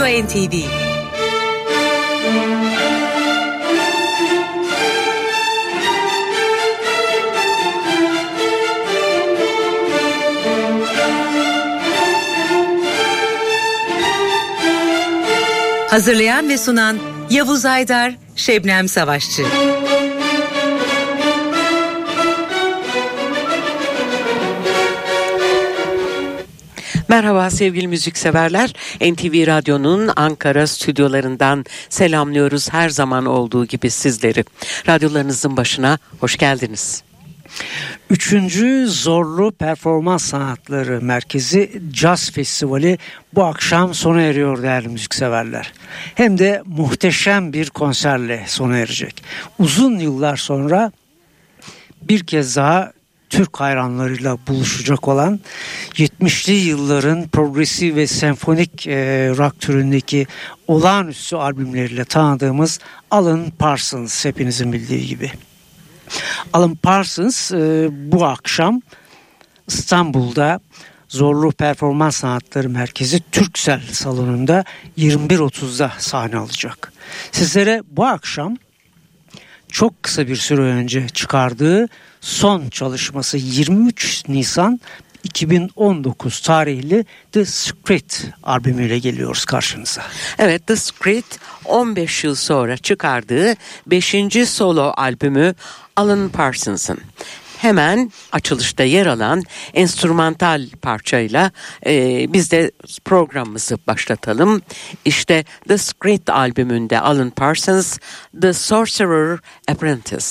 Radyo NTV. Hazırlayan ve sunan Yavuz Aydar, Şebnem Savaşçı. Merhaba sevgili müzikseverler. NTV Radyo'nun Ankara stüdyolarından selamlıyoruz her zaman olduğu gibi sizleri. Radyolarınızın başına hoş geldiniz. 3. Zorlu Performans Sanatları Merkezi Caz Festivali bu akşam sona eriyor değerli müzikseverler. Hem de muhteşem bir konserle sona erecek. Uzun yıllar sonra bir kez daha Türk hayranlarıyla buluşacak olan 70'li yılların progresif ve senfonik rock türündeki olağanüstü albümleriyle tanıdığımız Alan Parsons, hepinizin bildiği gibi. Alan Parsons bu akşam İstanbul'da Zorlu Performans Sanatları Merkezi Türksel Salonu'nda 21.30'da sahne alacak. Sizlere bu akşam çok kısa bir süre önce çıkardığı son çalışması 23 Nisan 2019 tarihli The Secret albümüyle geliyoruz karşınıza. Evet, The Secret 15 yıl sonra çıkardığı 5. solo albümü Alan Parsons'ın. Hemen açılışta yer alan enstrümantal parçayla biz de programımızı başlatalım. İşte The Secret albümünde Alan Parsons, The Sorcerer Apprentice.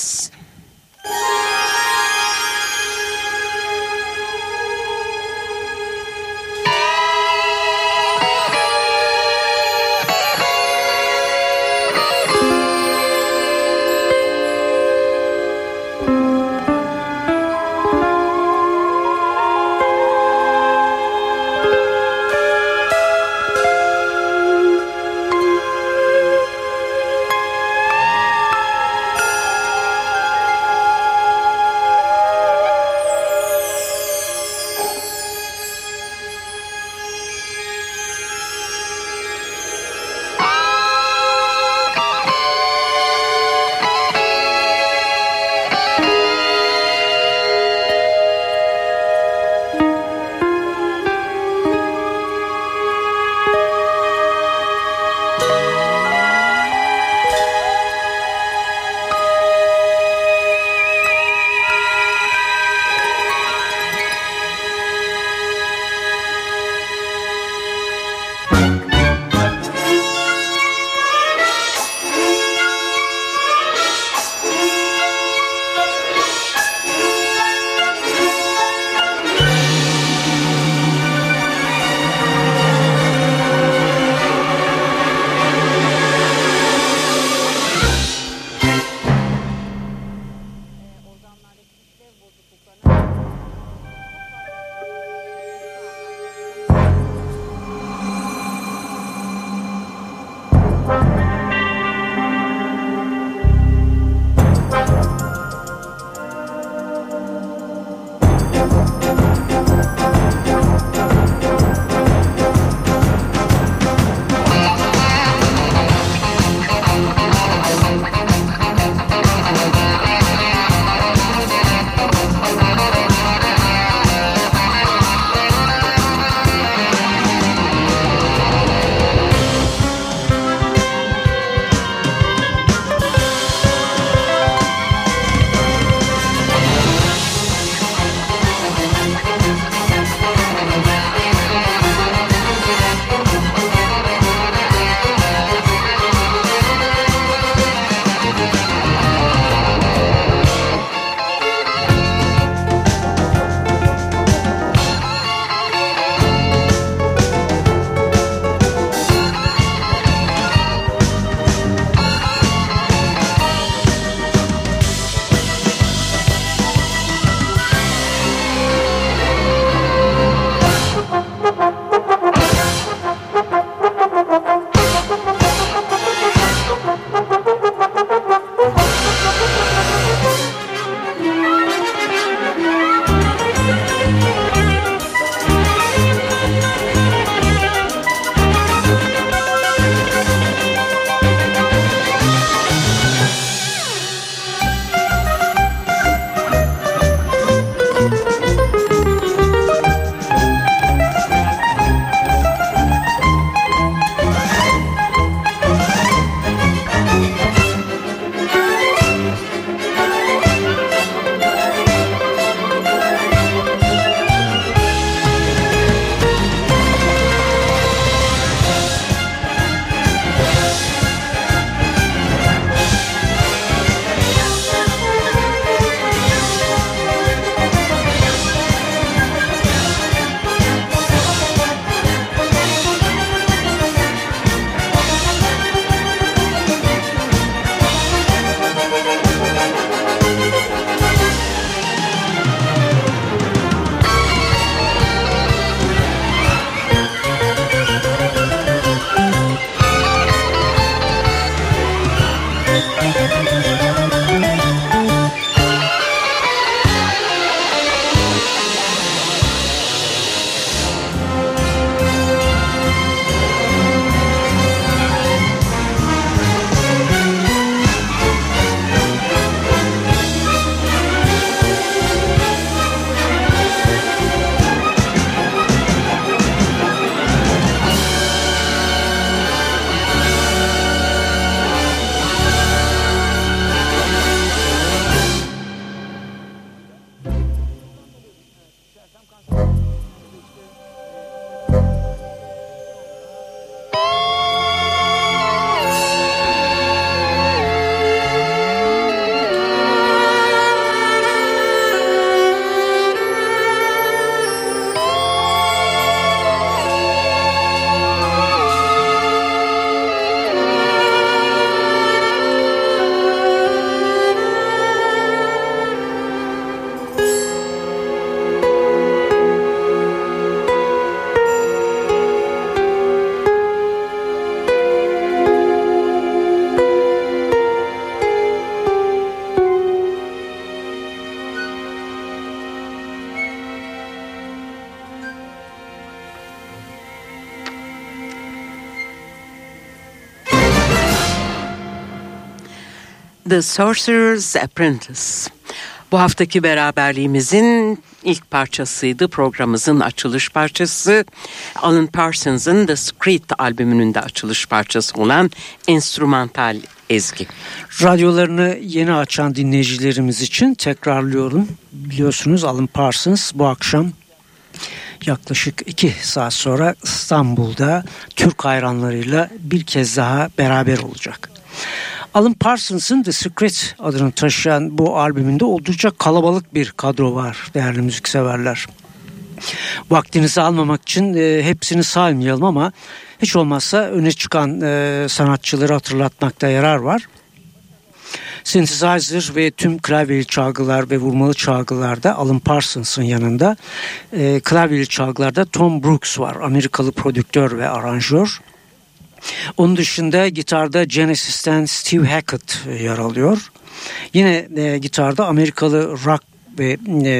The Sorcerer's Apprentice. Bu haftaki beraberliğimizin ilk parçasıydı. Programımızın açılış parçası. Alan Parsons'ın The Secret albümünün de açılış parçası olan enstrümantal ezgi. Radyolarını yeni açan dinleyicilerimiz için tekrarlıyorum. Biliyorsunuz Alan Parsons bu akşam yaklaşık 2 saat sonra İstanbul'da Türk hayranlarıyla bir kez daha beraber olacak. Alan Parsons'ın The Secret adını taşıyan bu albümünde oldukça kalabalık bir kadro var değerli müzikseverler. Vaktinizi almamak için hepsini saymayalım ama hiç olmazsa öne çıkan sanatçıları hatırlatmakta yarar var. Synthesizer ve tüm klavyeli çalgılar ve vurmalı çalgılarda Alan Parsons'ın yanında klavyeli çalgılarda Tom Brooks var, Amerikalı prodüktör ve aranjör. Onun dışında gitarda Genesis'ten Steve Hackett yer alıyor. Yine gitarda Amerikalı rock ve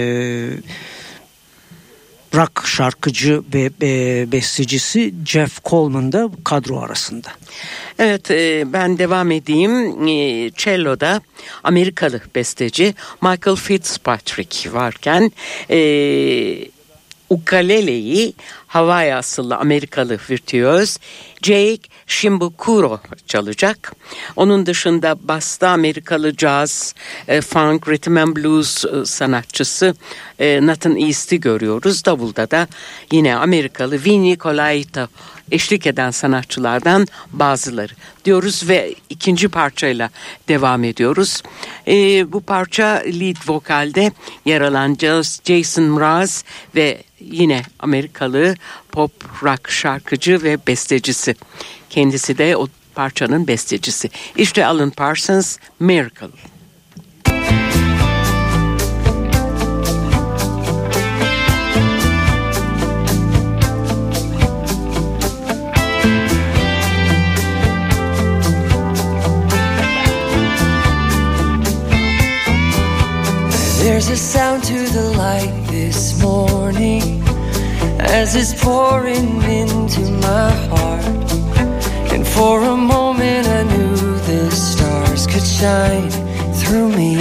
rock şarkıcı ve bestecisi Jeff Coleman da kadro arasında. Evet, ben devam edeyim. Cello'da Amerikalı besteci Michael Fitzpatrick varken ukuleleyi Hawaii asıllı Amerikalı virtüöz Jake Shimbukuro çalacak. Onun dışında basta Amerikalı jazz, funk, rhythm and blues sanatçısı Nathan East'i görüyoruz. Davulda da yine Amerikalı Vinnie Colaiuta eşlik eden sanatçılardan bazıları diyoruz ve ikinci parçayla devam ediyoruz. Bu parça lead vokalde yer alan Jason Mraz ve yine Amerikalı pop rock şarkıcı ve bestecisi. Kendisi de o parçanın bestecisi. İşte Alan Parsons, Miracle. There's a sound to the light this morning as it's pouring into my heart. And for a moment I knew the stars could shine through me.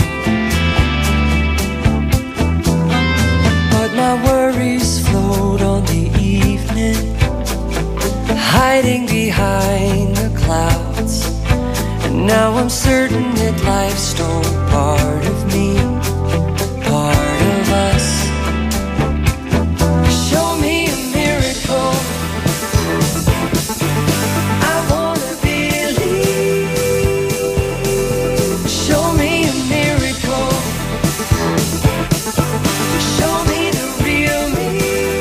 But my worries float on the evening, hiding behind the clouds. And now I'm certain that life's still part of me, part of us. Show me a miracle, I wanna believe. Show me a miracle, show me the real me.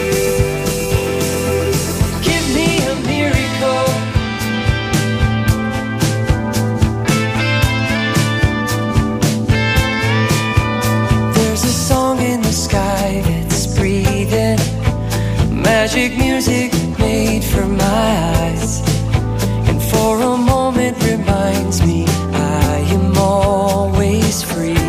Give me a miracle. There's a song in the sky that's breathing, magic music made for my eyes, and for a moment reminds me I am always free.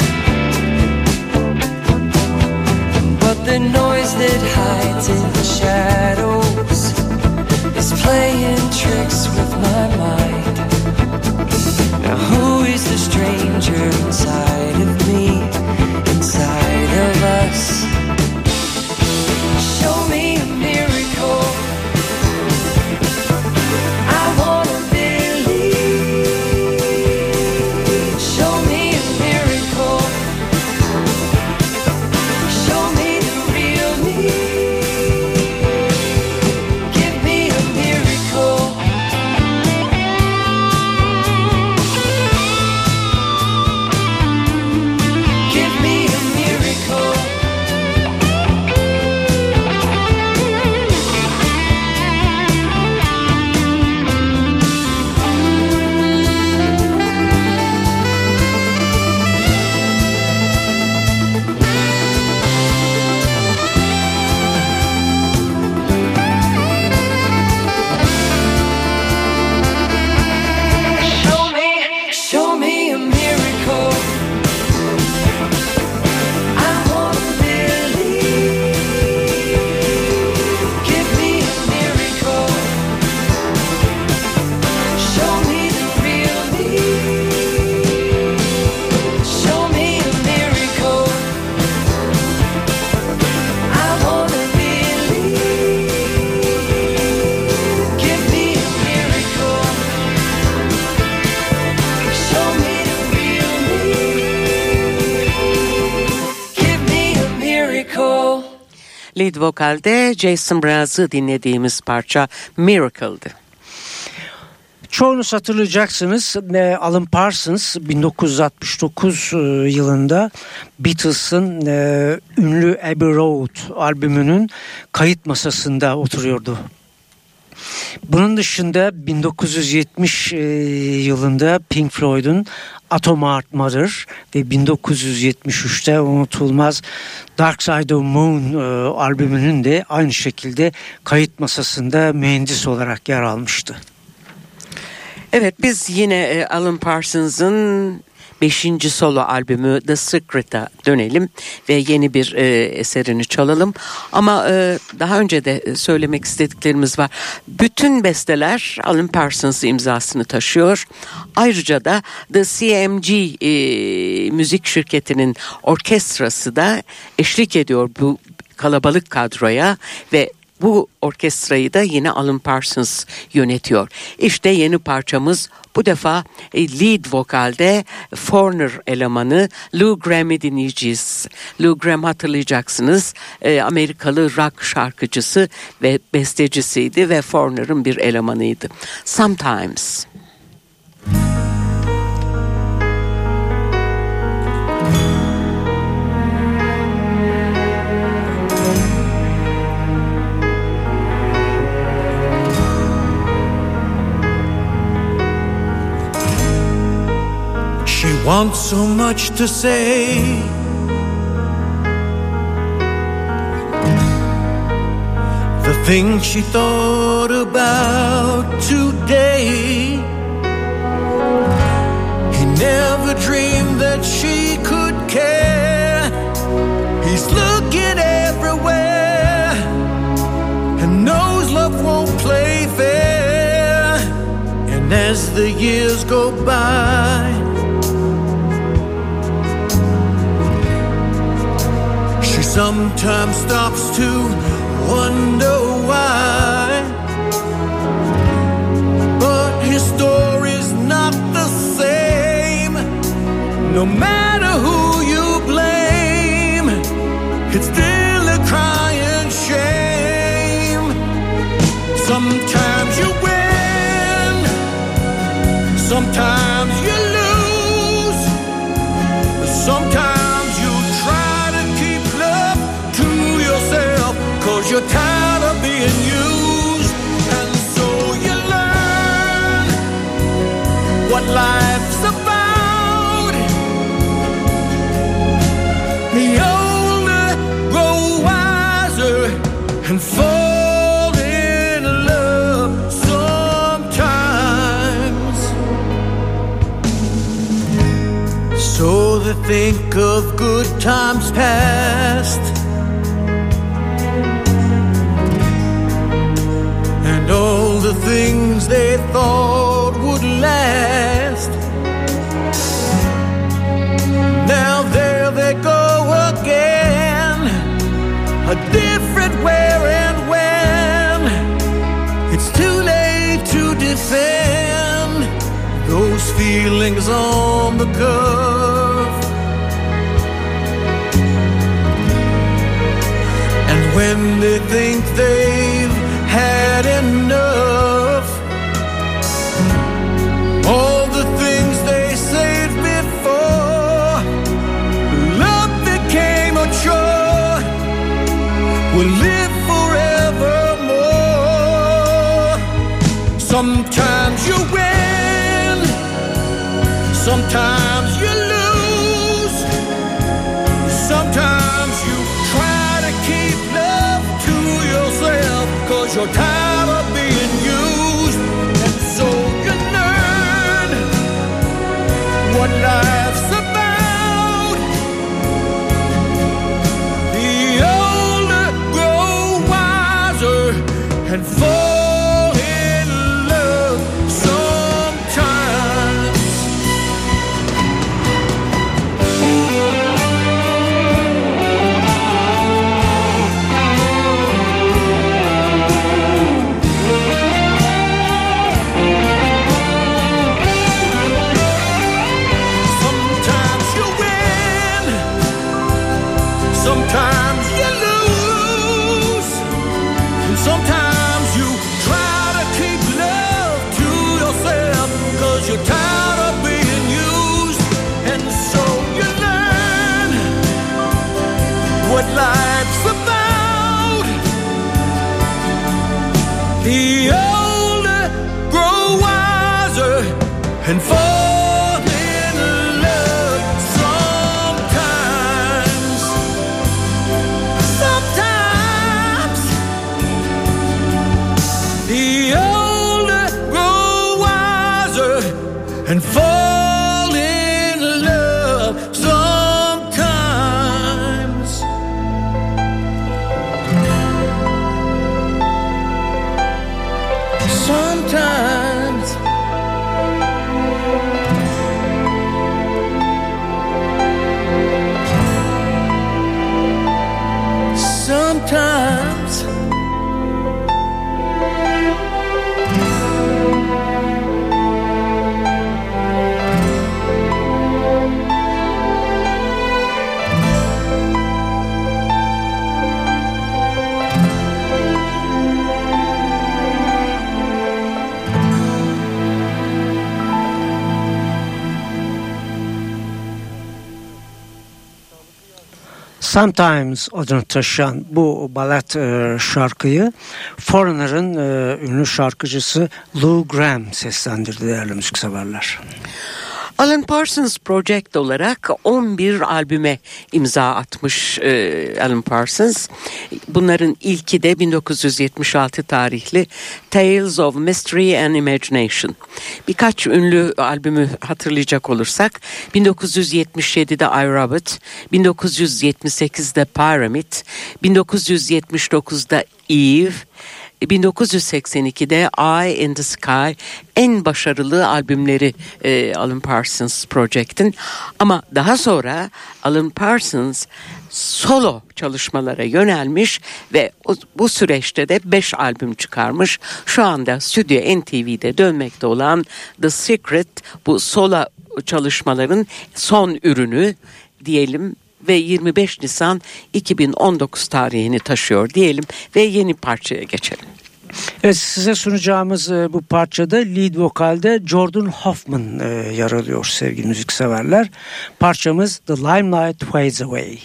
But the noise that hides in the shadows is playing tricks with my mind. Now who is the stranger inside of me, inside of us? Show me a miracle, I wanna believe. Show me a miracle, show me the real me. Give me a miracle. lead vokalde Jason Mraz'ı dinlediğimiz parça Miracle'dı. Çoğunuz hatırlayacaksınız, Alan Parsons 1969 yılında Beatles'ın ünlü Abbey Road albümünün kayıt masasında oturuyordu. Bunun dışında 1970 yılında Pink Floyd'un Atom Heart Mother ve 1973'te unutulmaz Dark Side of Moon albümünün de aynı şekilde kayıt masasında mühendis olarak yer almıştı. Evet, biz yine Alan Parsons'ın 5. solo albümü The Secret'a dönelim ve yeni bir eserini çalalım. Ama daha önce de söylemek istediklerimiz var. Bütün besteler Alan Parsons imzasını taşıyor. Ayrıca da The CMG müzik şirketinin orkestrası da eşlik ediyor bu kalabalık kadroya ve bu orkestrayı da yine Alan Parsons yönetiyor. İşte yeni parçamız bu defa lead vokalde Foreigner elemanı Lou Gramm'i dinleyeceğiz. Lou Gramm hatırlayacaksınız, Amerikalı rock şarkıcısı ve bestecisiydi ve Foreigner'ın bir elemanıydı. Sometimes. She wants so much to say, the things she thought about today. He never dreamed that she could care. He's looking everywhere and knows love won't play fair. And as the years go by, sometimes stops to wonder why. But his story's not the same. No matter who you blame, it's still a crying shame. Sometimes you win, sometimes you lose, sometimes you're tired of being used, and so you learn what life's about. The older, grow wiser, and fall in love sometimes. So they think of good times past, all the things they thought would last. Now there they go again, a different where and when. It's too late to defend those feelings on the curve. And when they think they've had enough, all the things they saved before, love became a chore, will live forevermore. Sometimes you win, sometimes you lose, sometimes you try to keep love to yourself, 'cause you're tired of being used. And so you learn what life's about. The older grow wiser and fall in love sometimes. and fall in love sometimes. Sometimes the older grow wiser and fall in love sometimes. Sometimes. Sometimes. Sometimes adını taşıyan bu balat şarkıyı Foreigner'ın ünlü şarkıcısı Lou Gramm seslendirdi değerli müzikseverler. Alan Parsons Project olarak 11 albüme imza atmış Alan Parsons. Bunların ilki de 1976 tarihli Tales of Mystery and Imagination. Birkaç ünlü albümü hatırlayacak olursak 1977'de iRobot, 1978'de Pyramid, 1979'da Eve, 1982'de Eye in the Sky en başarılı albümleri Alan Parsons Project'in. Ama daha sonra Alan Parsons solo çalışmalara yönelmiş ve bu süreçte de 5 albüm çıkarmış. Şu anda Stüdyo NTV'de dönmekte olan The Secret bu solo çalışmaların son ürünü diyelim ve 25 Nisan 2019 tarihini taşıyor diyelim ve yeni parçaya geçelim. Evet, size sunacağımız bu parçada lead vokalde Jordan Hoffman yer alıyor sevgili müzikseverler. Parçamız The Limelight Fades Away.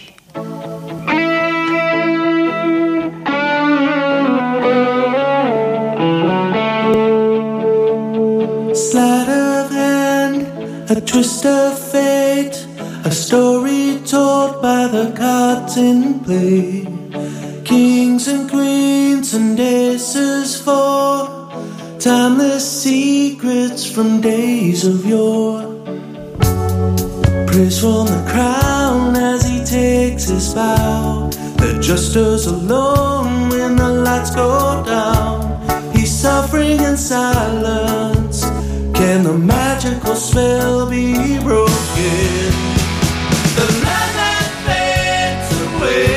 Sleight of hand, a twist of fate, a story told by the cards in play. Kings and queens and aces for timeless secrets from days of yore. Praise from the crown as he takes his bow. The justice alone when the lights go down. He's suffering in silence. Can the magical spell be broken? The light that fades away.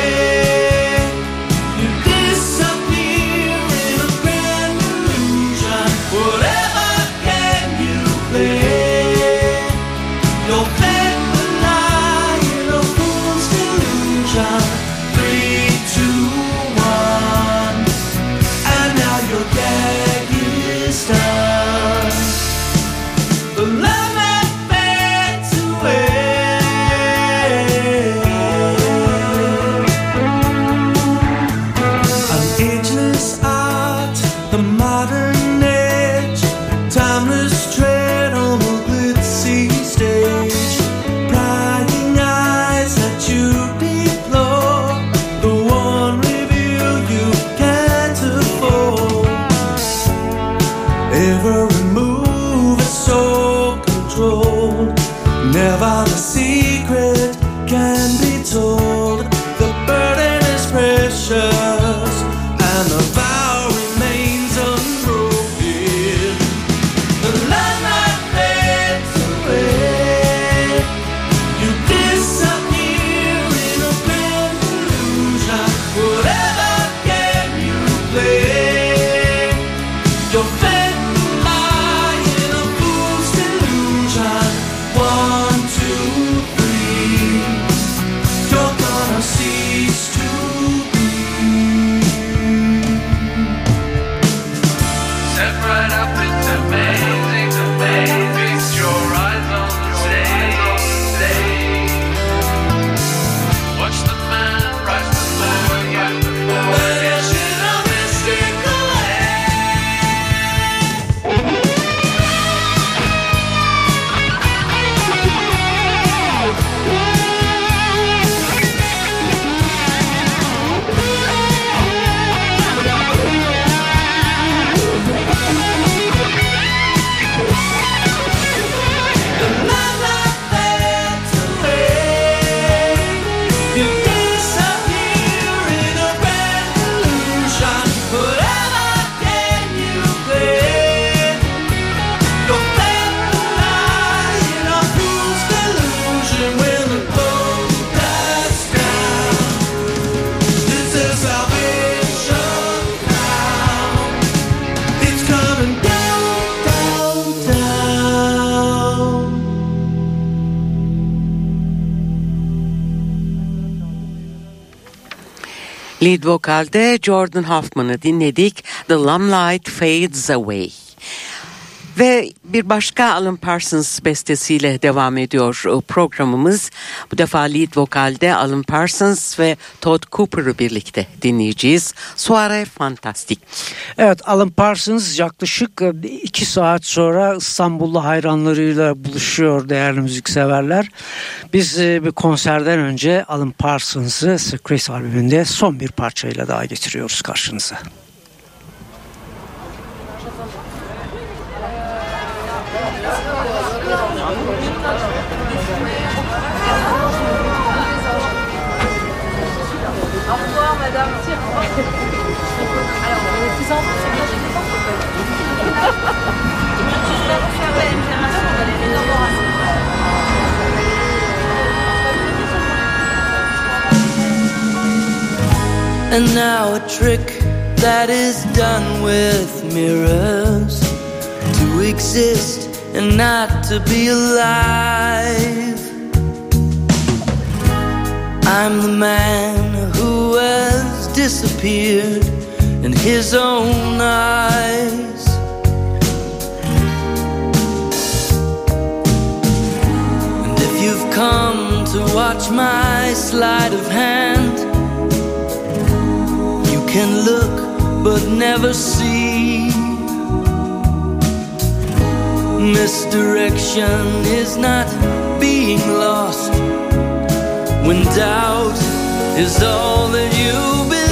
Lead vokalde Jordan Hoffman'ı dinledik. The Lamplight Fades Away. Ve bir başka Alan Parsons bestesiyle devam ediyor programımız. Bu defa lead vokalde Alan Parsons ve Todd Cooper'ı birlikte dinleyeceğiz. Soirée Fantastique. Evet, Alan Parsons yaklaşık 2 saat sonra İstanbullu hayranlarıyla buluşuyor değerli müzikseverler. Biz bir konserden önce Alan Parsons'ı Secret albümünde son bir parçayla daha getiriyoruz karşınıza. And now a trick that is done with mirrors, to exist and not to be alive. I'm the man who has disappeared in his own eyes. And if you've come to watch my sleight of hand, you can look but never see. Misdirection is not being lost when doubt is all that you believe.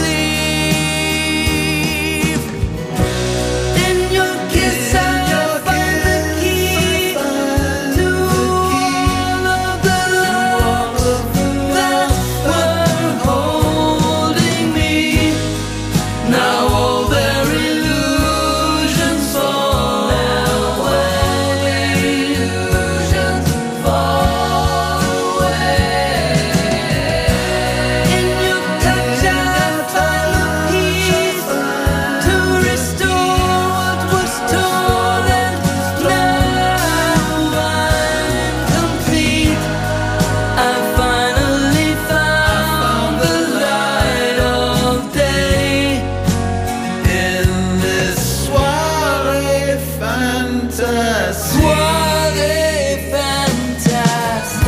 In your kiss I find the key to all of the locks that were holding me. Now all their illusions fall away. Illusions fall away. In your touch I find the peace to restore what was torn, and now I'm complete. I finally found the light of day in this soirée fantastique. Soirée fantastique.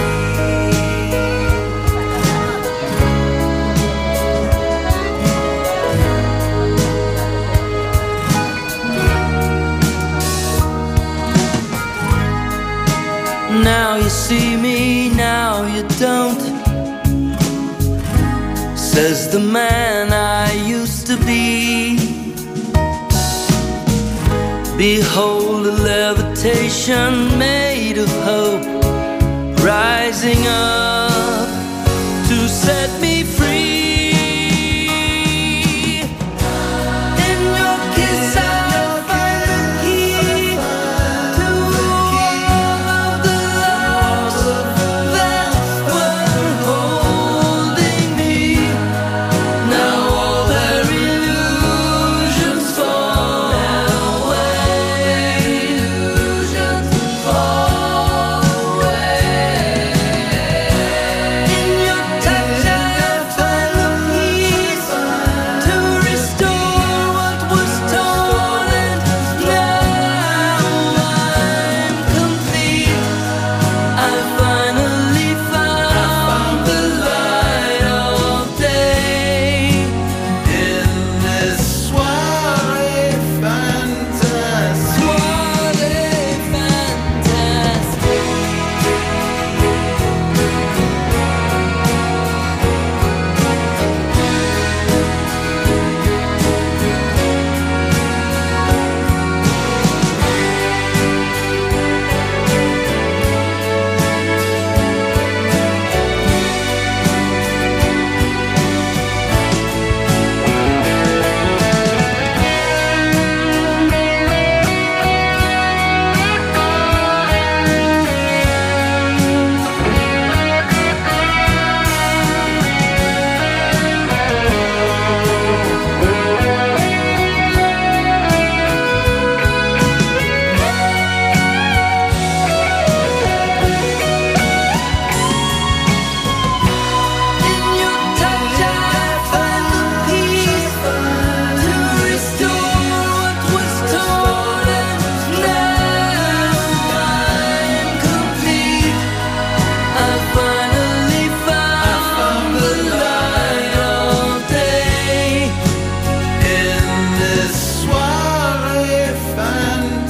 Now you see me, now you don't, says the man I used to be. Behold a levitation made of hope, rising up to set me free. In your kiss I find the key to all of the locks that were holding me. Now all their illusions fall away. Illusions fall away. In your touch I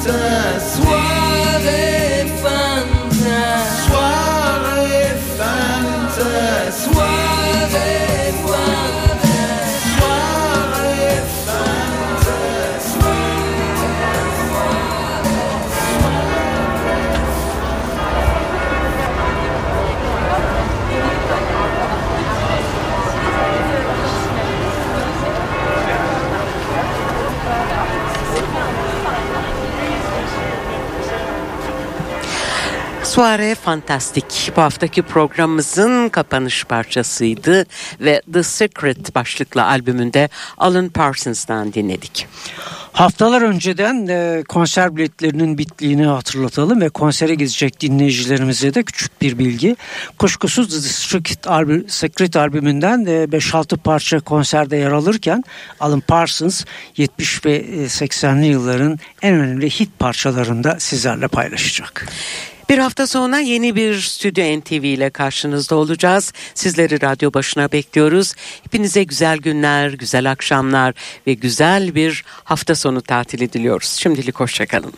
Soirée Fanta, Soirée Fanta, soirée Fanta, soirée Fanta. Soirée Fantastik bu haftaki programımızın kapanış parçasıydı ve The Secret başlıklı albümünde Alan Parsons'tan dinledik. Haftalar önceden konser biletlerinin bittiğini hatırlatalım ve konsere gidecek dinleyicilerimize de küçük bir bilgi. Kuşkusuz The Secret albümünden 5-6 parça konserde yer alırken Alan Parsons 70 ve 80'li yılların en önemli hit parçalarını da sizlerle paylaşacak. Bir hafta sonra yeni bir Stüdyo NTV ile karşınızda olacağız. Sizleri radyo başına bekliyoruz. Hepinize güzel günler, güzel akşamlar ve güzel bir hafta sonu tatili diliyoruz. Şimdilik hoşçakalın.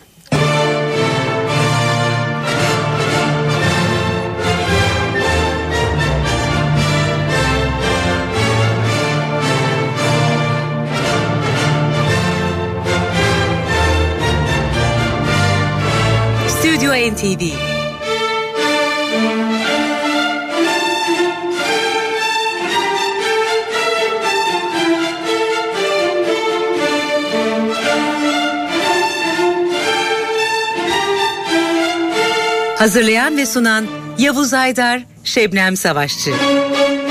Stüdyo NTV. Hazırlayan ve sunan Yavuz Aydar, Şebnem Savaşçı.